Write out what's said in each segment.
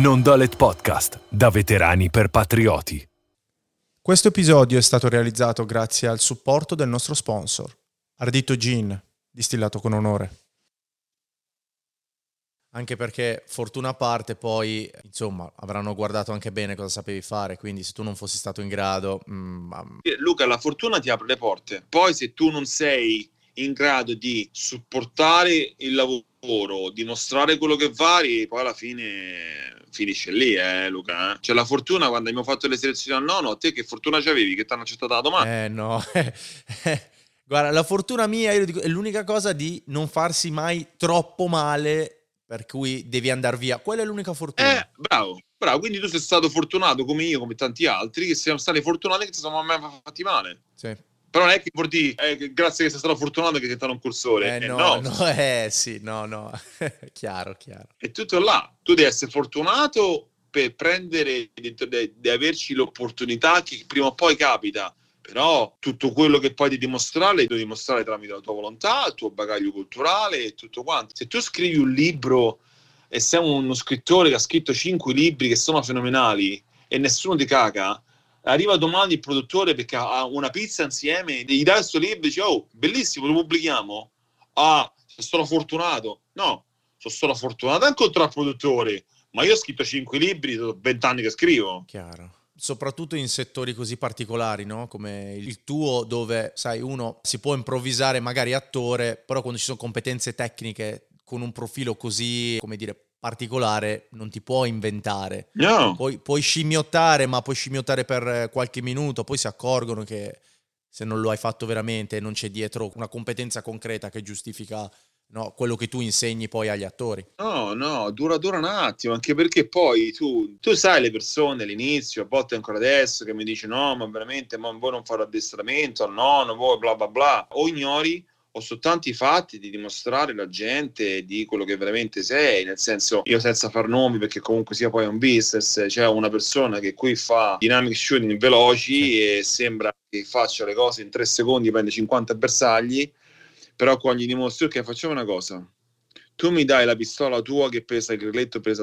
Non-Dolet Podcast, da veterani per patrioti. Questo episodio è stato realizzato grazie al supporto del nostro sponsor, Ardito Gin, distillato con onore. Anche perché, fortuna a parte, poi, insomma, avranno guardato anche bene cosa sapevi fare, quindi se tu non fossi stato in grado... Luca, la fortuna ti apre le porte. Poi se tu non sei in grado di supportare il lavoro, dimostrare quello che vali, poi alla fine finisce lì, Luca. Cioè la fortuna, quando abbiamo fatto le selezioni al nono, te che fortuna c'avevi? Che ti hanno accettato la domanda? No... Guarda, la fortuna mia, io dico, è l'unica cosa di non farsi mai troppo male, per cui devi andare via. Quella è l'unica fortuna. Bravo. Quindi tu sei stato fortunato come io, come tanti altri, che siamo stati fortunati che ci siamo mai fatti male. Sì. Però non è che vuol dire grazie che sei stato fortunato che sei diventato un cursore. No. Chiaro. È tutto là. Tu devi essere fortunato per prendere, di averci l'opportunità che prima o poi capita. Però tutto quello che poi devi dimostrare tramite la tua volontà, il tuo bagaglio culturale e tutto quanto. Se tu scrivi un libro e sei uno scrittore che ha scritto 5 libri che sono fenomenali e nessuno ti caga, arriva domani il produttore perché ha una pizza insieme, gli dai questo libro e dici: oh, bellissimo, lo pubblichiamo? Ah, sono fortunato. No, sono solo fortunato a incontrare il produttore, ma io ho scritto 5 libri, sono 20 anni che scrivo. Chiaro. Soprattutto in settori così particolari, no? Come il tuo, dove, sai, uno si può improvvisare magari attore, però quando ci sono competenze tecniche con un profilo così, come dire, particolare, non ti puoi inventare. No. Puoi scimmiottare, ma puoi scimmiottare per qualche minuto, poi si accorgono che se non lo hai fatto veramente non c'è dietro una competenza concreta che giustifica, no, quello che tu insegni poi agli attori. No, dura un attimo, anche perché poi tu sai le persone all'inizio, a volte ancora adesso, che mi dici: no, ma veramente, ma voi non fate addestramento, no, voi bla bla bla, o ignori o soltanto i fatti di dimostrare la gente di quello che veramente sei, nel senso, io senza far nomi perché comunque sia poi un business, c'è una persona che qui fa dynamic shooting veloci e sembra che faccia le cose in 3 secondi, prende 50 bersagli, però qua gli dimostri: ok, facciamo una cosa, tu mi dai la pistola tua che pesa, il grilletto pesa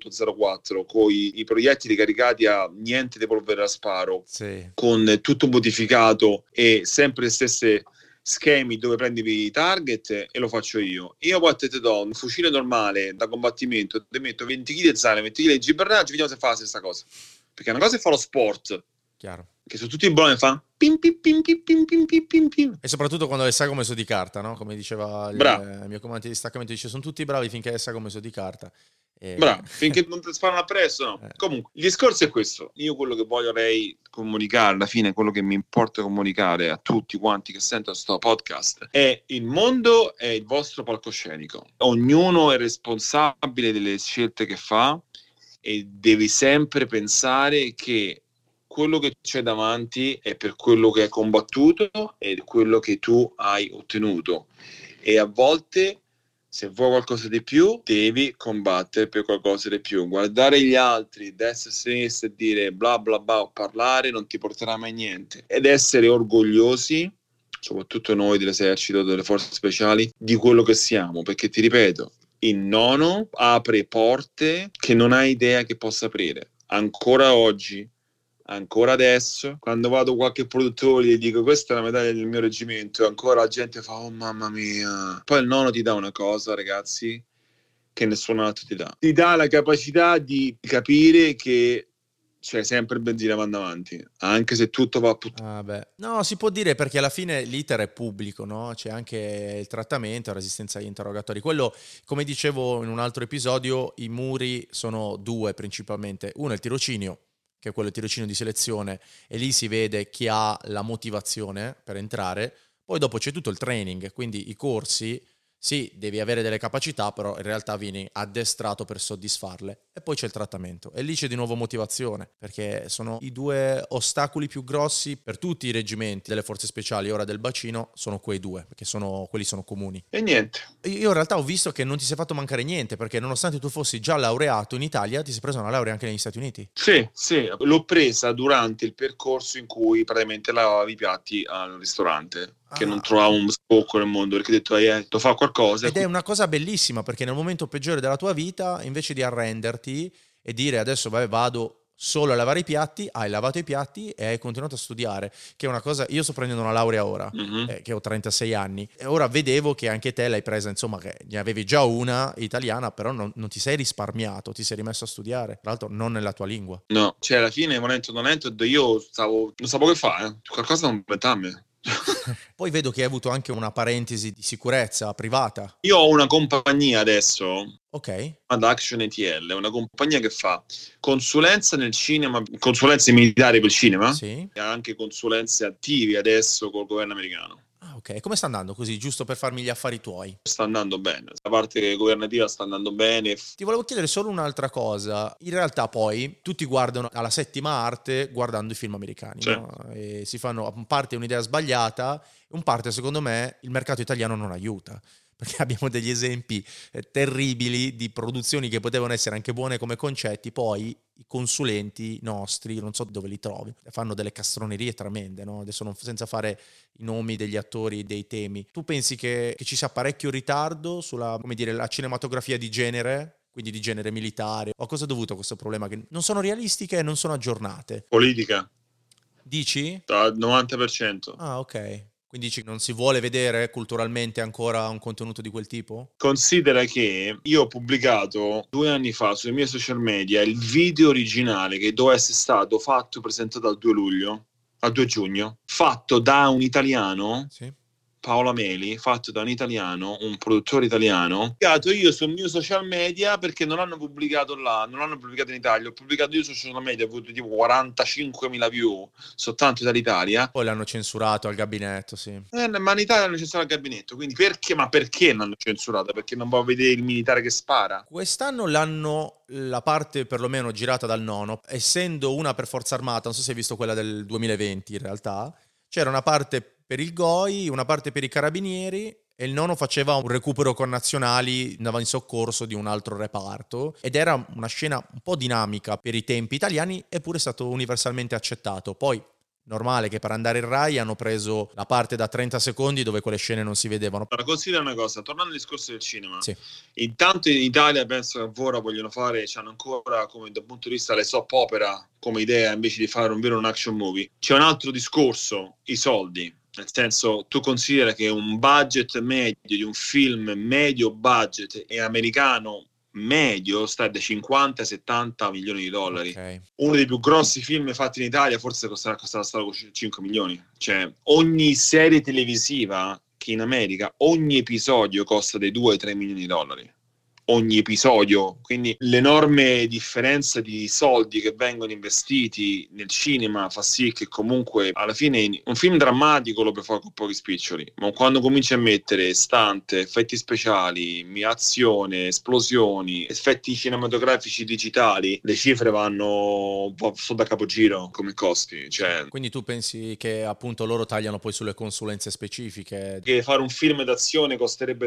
0.04 con i proiettili caricati a niente di polvere a sparo, sì, con tutto modificato e sempre le stesse schemi dove prendi i target, e lo faccio io poi ti do un fucile normale da combattimento, ti metto 20 kg di zaino, 20 kg di gibernaggio, vediamo se fa la stessa cosa, perché una cosa è fare lo sport, chiaro. che su tutti i buoni fa pim pim pim pim pim pim pim pim pim. E soprattutto quando le sago messo di carta, no? Come diceva il mio comandante di distaccamento, dice: sono tutti bravi finché le sago messo di carta. Bravo, finché non ti sparano appresso, no. Comunque, il discorso è questo. Io quello che vorrei comunicare, alla fine, quello che mi importa comunicare a tutti quanti che sentono questo podcast, è: il mondo è il vostro palcoscenico. Ognuno è responsabile delle scelte che fa e devi sempre pensare che quello che c'è davanti è per quello che hai combattuto e quello che tu hai ottenuto. E a volte, se vuoi qualcosa di più, devi combattere per qualcosa di più. Guardare gli altri, destra e sinistra e dire bla bla bla o parlare non ti porterà mai niente. Ed essere orgogliosi, soprattutto noi dell'esercito, delle forze speciali, di quello che siamo. Perché ti ripeto, il nono apre porte che non hai idea che possa aprire. Ancora oggi, ancora adesso, quando vado qualche produttore e dico: questa è la medaglia del mio reggimento, e ancora la gente fa: oh mamma mia. Poi il nono ti dà una cosa, ragazzi, che nessun altro ti dà la capacità di capire che c'è sempre benzina va avanti, anche se tutto va a No, si può dire, perché alla fine l'iter è pubblico, no? C'è anche il trattamento, la resistenza agli interrogatori. Quello, come dicevo in un altro episodio, i muri sono 2 principalmente. Uno è il tirocinio, che è quello tirocinio di selezione, e lì si vede chi ha la motivazione per entrare. Poi dopo c'è tutto il training, quindi i corsi, sì, devi avere delle capacità, però in realtà vieni addestrato per soddisfarle. E poi c'è il trattamento, e lì c'è di nuovo motivazione, perché sono i 2 ostacoli più grossi per tutti i reggimenti delle forze speciali, ora del bacino, sono quei 2, perché quelli sono comuni. E niente. Io in realtà ho visto che non ti sei fatto mancare niente, perché nonostante tu fossi già laureato in Italia, ti sei preso una laurea anche negli Stati Uniti. Sì, l'ho presa durante il percorso in cui praticamente lavavo i piatti al ristorante, che non trovavo un sbocco nel mondo, perché ho detto: devo fare qualcosa. Ed è una cosa bellissima, perché nel momento peggiore della tua vita, invece di arrenderti e dire adesso vado solo a lavare i piatti, hai lavato i piatti e hai continuato a studiare, che è una cosa, io sto prendendo una laurea ora, che ho 36 anni, e ora vedevo che anche te l'hai presa, insomma, che ne avevi già una italiana, però non ti sei risparmiato, ti sei rimesso a studiare, tra l'altro non nella tua lingua. No, cioè alla fine, volendo non volendo, io non sapevo che fare, qualcosa non inventarmi. Poi vedo che hai avuto anche una parentesi di sicurezza privata. Io ho una compagnia adesso, Ok. ad Action ETL, una compagnia che fa consulenza nel cinema, consulenze militari per il cinema, Sì. e anche consulenze attivi adesso col governo americano. Ah, ok. Come sta andando così, giusto per farmi gli affari tuoi? Sta andando bene, la parte governativa sta andando bene. Ti volevo chiedere solo un'altra cosa. In realtà poi tutti guardano alla settima arte guardando i film americani, Sì. no? E si fanno, in parte un'idea sbagliata, in parte secondo me il mercato italiano non aiuta. Perché abbiamo degli esempi terribili di produzioni che potevano essere anche buone come concetti, poi i consulenti nostri, non so dove li trovi, fanno delle castronerie tremende, no? Adesso senza fare i nomi degli attori, dei temi. Tu pensi che ci sia parecchio ritardo sulla, come dire, la cinematografia di genere, quindi di genere militare? O a cosa è dovuto questo problema? Che non sono realistiche e non sono aggiornate. Politica, Dici? al 90%. Ah, ok. Quindi dici che non si vuole vedere culturalmente ancora un contenuto di quel tipo? Considera che io ho pubblicato 2 anni fa sui miei social media il video originale che doveva essere stato presentato al 2 giugno, fatto da un italiano, Sì. Paolo Meli, fatto da un italiano, un produttore italiano. Ho pubblicato io sul mio social media perché non l'hanno pubblicato là, non l'hanno pubblicato in Italia, ho pubblicato io su social media, ho avuto tipo 45.000 view soltanto dall'Italia. Poi l'hanno censurato al gabinetto, sì. Ma in Italia non c'è stato il gabinetto, quindi perché? Ma perché l'hanno censurata? Perché non può vedere il militare che spara? Quest'anno l'hanno, la parte perlomeno girata dal nono, essendo una per Forza Armata, non so se hai visto quella del 2020 in realtà, c'era una parte per il GOI, una parte per i carabinieri e il nono faceva un recupero con nazionali, andava in soccorso di un altro reparto ed era una scena un po' dinamica per i tempi italiani, eppure è stato universalmente accettato. Poi normale che per andare in Rai hanno preso la parte da 30 secondi dove quelle scene non si vedevano. Allora, considera una cosa, tornando al discorso del cinema, Sì. intanto in Italia penso che ancora vogliono fare, hanno ancora come dal punto di vista delle soap opera come idea invece di fare un vero un action movie. C'è un altro discorso, i soldi. Nel senso, tu considera che un budget medio di un film medio budget e americano medio sta dai 50 ai 70 milioni di dollari. Okay. Uno dei più grossi film fatti in Italia forse costerà 5 milioni. Cioè, ogni serie televisiva che in America, ogni episodio costa dai 2 ai 3 milioni di dollari. Ogni episodio, quindi l'enorme differenza di soldi che vengono investiti nel cinema fa sì che comunque alla fine un film drammatico lo puoi fare con pochi spiccioli, ma quando cominci a mettere stunt, effetti speciali, azione, esplosioni, effetti cinematografici digitali, le cifre vanno da capogiro come costi. Cioè, Quindi tu pensi che appunto loro tagliano poi sulle consulenze specifiche? che fare un film d'azione costerebbe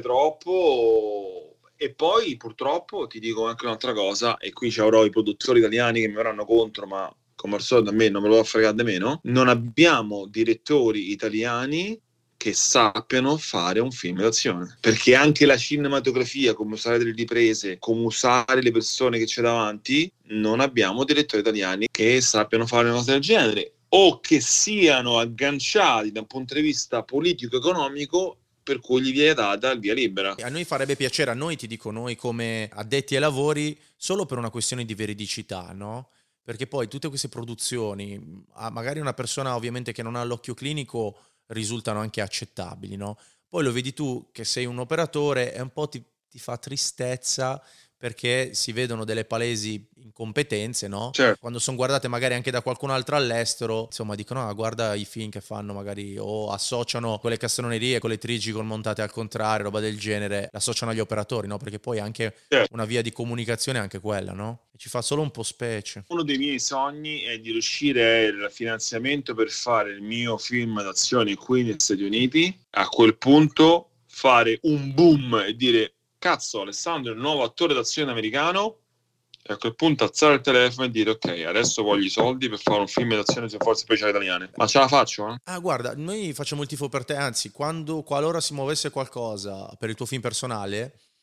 troppo. E poi purtroppo ti dico anche un'altra cosa, e qui ci avrò i produttori italiani che mi verranno contro, ma come al solito a me non me lo va a fregare di meno, non abbiamo direttori italiani che sappiano fare un film d'azione, perché anche la cinematografia, come usare delle riprese, come usare le persone che c'è davanti, non abbiamo direttori italiani che sappiano fare una cosa del genere o che siano agganciati da un punto di vista politico-economico per cui gli viene data il via libera. A noi farebbe piacere, a noi, ti dico, noi come addetti ai lavori, solo per una questione di veridicità, no? Perché poi tutte queste produzioni, magari una persona ovviamente che non ha l'occhio clinico, risultano anche accettabili, no? Poi lo vedi tu che sei un operatore e un po' ti fa tristezza perché si vedono delle palesi incompetenze, no? Certo. Quando sono guardate magari anche da qualcun altro all'estero, insomma dicono, ah, guarda i film che fanno magari, o associano quelle castronerie, con le trigigon montate al contrario, roba del genere, l'associano agli operatori, no? Perché poi anche una via di comunicazione è anche quella, no? E ci fa solo un po' specie. Uno dei miei sogni è di riuscire il finanziamento per fare il mio film d'azione qui negli Stati Uniti, a quel punto fare un boom e dire cazzo, Alessandro è il nuovo attore d'azione americano, e a quel punto alzare il telefono e dire ok, adesso voglio i soldi per fare un film d'azione sulle forze speciali italiane. Ma ce la faccio? Ah, guarda, noi facciamo il tifo per te, anzi, qualora si muovesse qualcosa per il tuo film personale,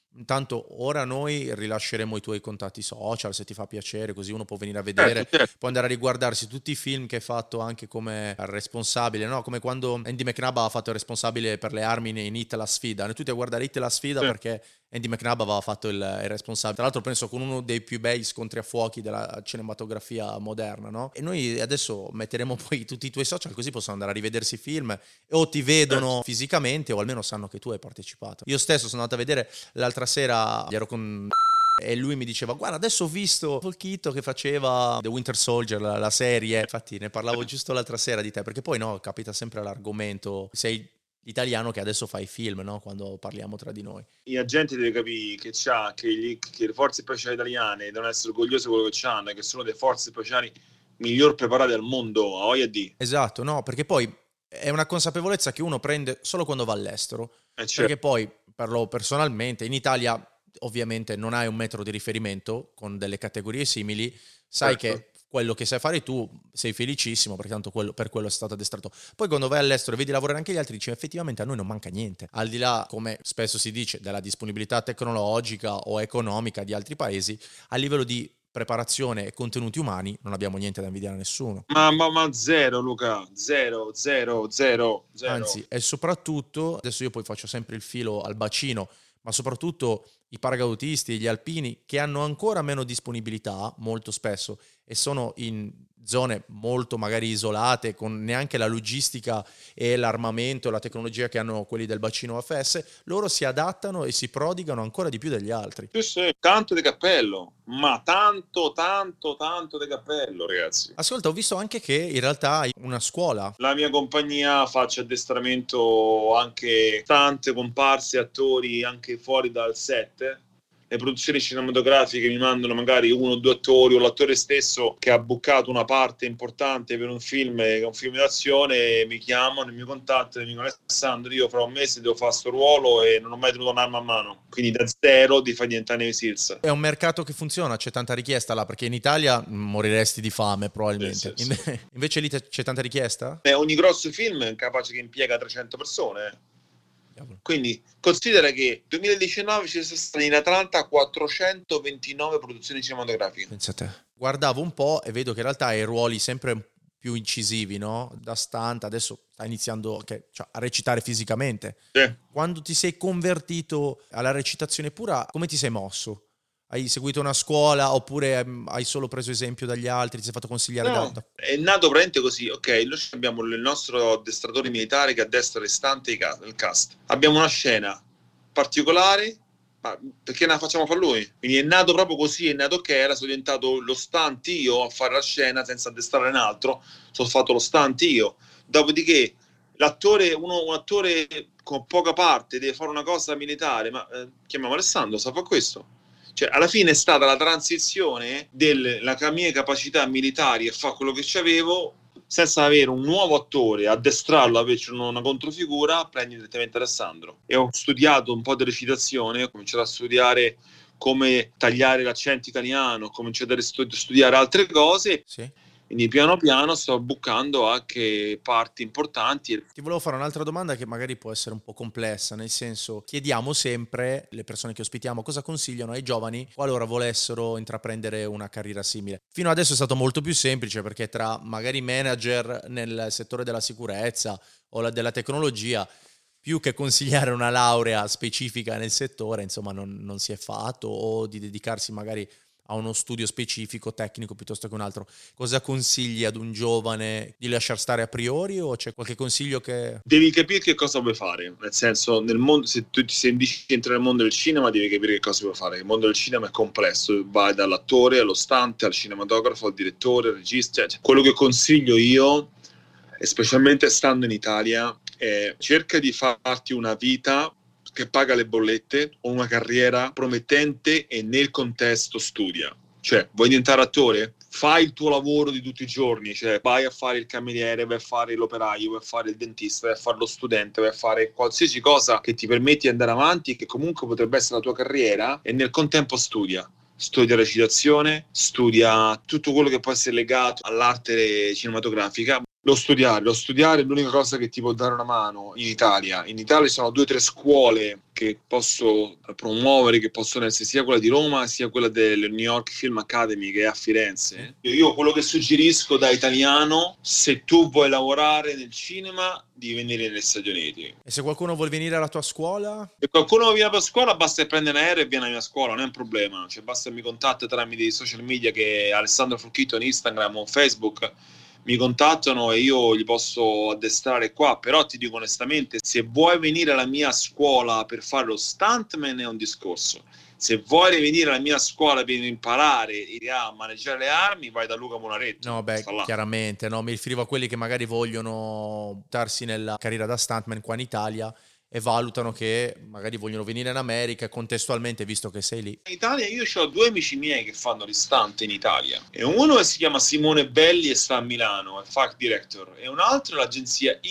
Intanto ora noi rilasceremo i tuoi contatti social se ti fa piacere, così uno può venire a vedere, può andare a riguardarsi tutti i film che hai fatto anche come responsabile, no? Come quando Andy McNabb ha fatto il responsabile per le armi in Hit la sfida, noi tutti a guardare Hit la sfida perché Andy McNabb aveva fatto il responsabile, tra l'altro penso con uno dei più bei scontri a fuochi della cinematografia moderna, no? E noi adesso metteremo poi tutti i tuoi social così possono andare a rivedersi i film o ti vedono fisicamente o almeno sanno che tu hai partecipato. Io stesso sono andato a vedere l'altra sera, ero con e lui mi diceva guarda adesso ho visto Folchito che faceva The Winter Soldier, la serie, infatti ne parlavo giusto l'altra sera di te, perché poi no, capita sempre l'argomento, sei l'italiano che adesso fa i film, no? Quando parliamo tra di noi. Gli agenti deve capire che le forze speciali italiane devono essere orgogliose di quello che hanno, che sono le forze speciali miglior preparate al mondo, a voglia di. Esatto, no, perché poi è una consapevolezza che uno prende solo quando va all'estero, perché poi parlo personalmente, in Italia ovviamente non hai un metro di riferimento con delle categorie simili, sai che quello che sai fare tu sei felicissimo perché tanto per quello è stato addestrato. Poi quando vai all'estero e vedi lavorare anche gli altri dici effettivamente a noi non manca niente, al di là, come spesso si dice, della disponibilità tecnologica o economica di altri paesi, a livello di preparazione e contenuti umani non abbiamo niente da invidiare a nessuno. Ma zero, Luca, zero. Anzi, e soprattutto, adesso io poi faccio sempre il filo al bacino, ma soprattutto i paracadutisti e gli alpini che hanno ancora meno disponibilità molto spesso e sono in zone molto magari isolate con neanche la logistica e l'armamento e la tecnologia che hanno quelli del bacino AFS, loro si adattano e si prodigano ancora di più degli altri. Sì, tanto di cappello, ma tanto di cappello, ragazzi. Ascolta, ho visto anche che in realtà hai una scuola. La mia compagnia faccia addestramento anche tante comparse, attori anche fuori dal set. Le produzioni cinematografiche mi mandano magari 1 o 2 attori o l'attore stesso che ha buccato una parte importante per un film che è un film d'azione, mi chiamano, mi contattano e mi dicono Alessandro, io fra un mese devo fare sto ruolo e non ho mai tenuto un'arma a mano, quindi da zero di far diventare Navy Seals. È un mercato che funziona, c'è tanta richiesta là, perché in Italia moriresti di fame probabilmente. Sì. Invece lì c'è tanta richiesta? Ogni grosso film è capace che impiega 300 persone. Quindi considera che nel 2019 ci sono stati in Atlanta 429 produzioni cinematografiche. Pensate. Guardavo un po' e vedo che in realtà hai ruoli sempre più incisivi, no? Da stunt, adesso sta iniziando a recitare fisicamente. Sì. Quando ti sei convertito alla recitazione pura, come ti sei mosso? Hai seguito una scuola oppure hai solo preso esempio dagli altri, ti sei fatto consigliare È nato praticamente così, ok, noi abbiamo il nostro addestratore militare che addestra restante il cast. Abbiamo una scena particolare, ma perché la facciamo fare lui? Quindi è nato proprio così, è nato che sono diventato lo stunt io a fare la scena senza addestrare un altro, sono fatto lo stunt io. Dopodiché l'attore, un attore con poca parte deve fare una cosa militare, ma chiamiamo Alessandro, sa fare questo? Cioè, alla fine è stata la transizione della mia capacità militari a fare quello che c'avevo senza avere un nuovo attore, addestrarlo, averci una controfigura, prendi direttamente Alessandro. E ho studiato un po' di recitazione, ho cominciato a studiare come tagliare l'accento italiano, ho cominciato a studiare altre cose. Sì. Quindi piano piano sto buccando anche parti importanti. Ti volevo fare un'altra domanda che magari può essere un po' complessa, nel senso, chiediamo sempre, le persone che ospitiamo, cosa consigliano ai giovani qualora volessero intraprendere una carriera simile. Fino adesso è stato molto più semplice perché tra magari manager nel settore della sicurezza o della tecnologia, più che consigliare una laurea specifica nel settore, insomma, non si è fatto, o di dedicarsi magari a uno studio specifico, tecnico, piuttosto che un altro. Cosa consigli ad un giovane di lasciar stare a priori o c'è qualche consiglio che... Devi capire che cosa vuoi fare, nel senso, nel mondo, se tu ti dici entrare nel mondo del cinema devi capire che cosa vuoi fare. Il mondo del cinema è complesso, vai dall'attore allo stunt, al cinematografo, al direttore, al regista. Cioè, quello che consiglio io, e specialmente stando in Italia, è cerca di farti una vita che paga le bollette o una carriera promettente e nel contesto studia. Cioè, vuoi diventare attore? Fai il tuo lavoro di tutti i giorni, cioè vai a fare il cameriere, vai a fare l'operaio, vai a fare il dentista, vai a fare lo studente, vai a fare qualsiasi cosa che ti permetti di andare avanti, che comunque potrebbe essere la tua carriera, e nel contempo studia recitazione, studia tutto quello che può essere legato all'arte cinematografica. Lo studiare è l'unica cosa che ti può dare una mano in Italia. In Italia ci sono 2 o 3 scuole che posso promuovere, che possono essere sia quella di Roma sia quella del New York Film Academy, che è a Firenze. Io quello che suggerisco da italiano, se tu vuoi lavorare nel cinema, di venire negli Stati Uniti. E se qualcuno vuole venire alla tua scuola? Se qualcuno viene alla tua scuola, basta che prende un aereo e viene alla mia scuola, non è un problema. Cioè, basta che mi contatta tramite i social media, che Alessandro Frucchetto on Instagram o Facebook, mi contattano e io li posso addestrare qua. Però ti dico onestamente, se vuoi venire alla mia scuola per fare lo stuntman è un discorso. Se vuoi venire alla mia scuola per imparare a maneggiare le armi, vai da Luca Monaretto. No, beh, chiaramente, no, mi riferivo a quelli che magari vogliono buttarsi nella carriera da stuntman qua in Italia e valutano che magari vogliono venire in America e contestualmente, visto che sei lì. In Italia io ho 2 amici miei che fanno gli stunt in Italia, e uno si chiama Simone Belli e sta a Milano, è fact director, e un altro è l'agenzia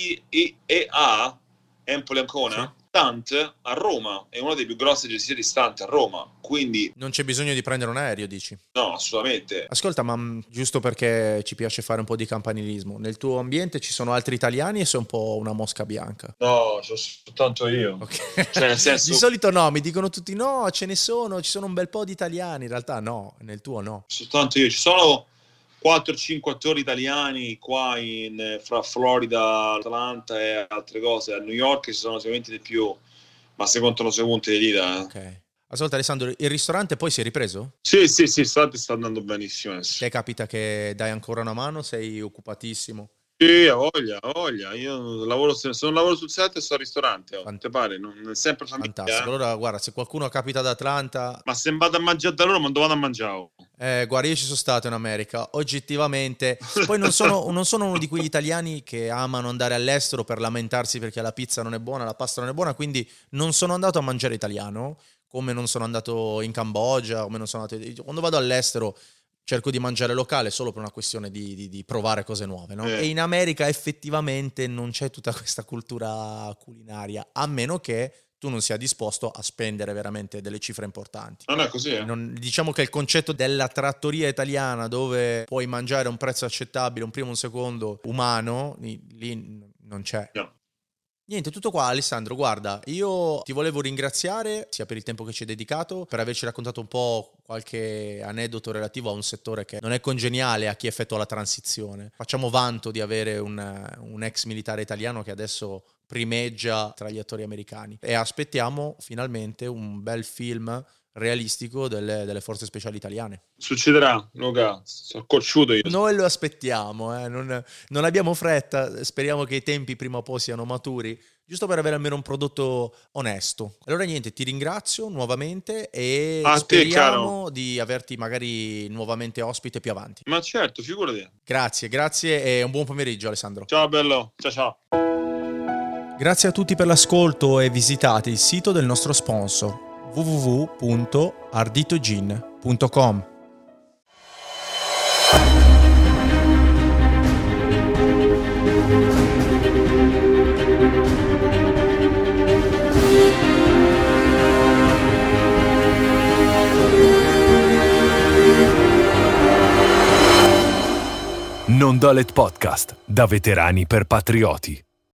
IEA Empoli Ancona, stunt a Roma, è una delle più grosse agenzie di stunt a Roma, quindi non c'è bisogno di prendere un aereo, dici? No, assolutamente. Ascolta, ma giusto perché ci piace fare un po' di campanilismo, nel tuo ambiente ci sono altri italiani e sei un po' una mosca bianca? No, sono soltanto io. Okay. Cioè, nel senso... Di solito no, mi dicono tutti no, ci sono un bel po' di italiani, in realtà no, nel tuo no. Soltanto io, ci sono 4-5 attori italiani qua fra Florida, Atlanta e altre cose. A New York ci sono sicuramente di più, ma se contano sei punti di dita. Ok. Ascolta Alessandro, il ristorante poi si è ripreso? Sì, il ristorante sta andando benissimo. Te capita che dai ancora una mano? Sei occupatissimo? Sì, ha voglia. Io lavoro, se non lavoro sul set sto al ristorante, te pare? Non è sempre famiglia. Fantastico, allora guarda, se qualcuno capita ad Atlanta... Ma se vado a mangiare da loro, ma dove vado a mangiare? Guarda, io ci sono stato in America, oggettivamente. Poi non sono uno di quegli italiani che amano andare all'estero per lamentarsi perché la pizza non è buona, la pasta non è buona, quindi non sono andato a mangiare italiano, come non sono andato in Cambogia, come non sono andato... Quando vado all'estero cerco di mangiare locale solo per una questione di provare cose nuove, no? E in America effettivamente non c'è tutta questa cultura culinaria, a meno che tu non sia disposto a spendere veramente delle cifre importanti. Non è così, diciamo che il concetto della trattoria italiana, dove puoi mangiare a un prezzo accettabile, un primo, un secondo, umano, lì non c'è. No. Niente, tutto qua Alessandro, guarda, io ti volevo ringraziare sia per il tempo che ci hai dedicato, per averci raccontato un po' qualche aneddoto relativo a un settore che non è congeniale a chi effettua la transizione. Facciamo vanto di avere un ex militare italiano che adesso primeggia tra gli attori americani e aspettiamo finalmente un bel film realistico delle forze speciali italiane. Succederà, Luca, sono cocciuto io. Noi lo aspettiamo, non abbiamo fretta, speriamo che i tempi prima o poi siano maturi, giusto per avere almeno un prodotto onesto. Allora niente, ti ringrazio nuovamente e speriamo di averti magari nuovamente ospite più avanti. Ma certo, figurati. Grazie e un buon pomeriggio Alessandro. Ciao bello, ciao. Grazie a tutti per l'ascolto e visitate il sito del nostro sponsor www.arditogin.com. Non Dolet Podcast, da veterani per patrioti.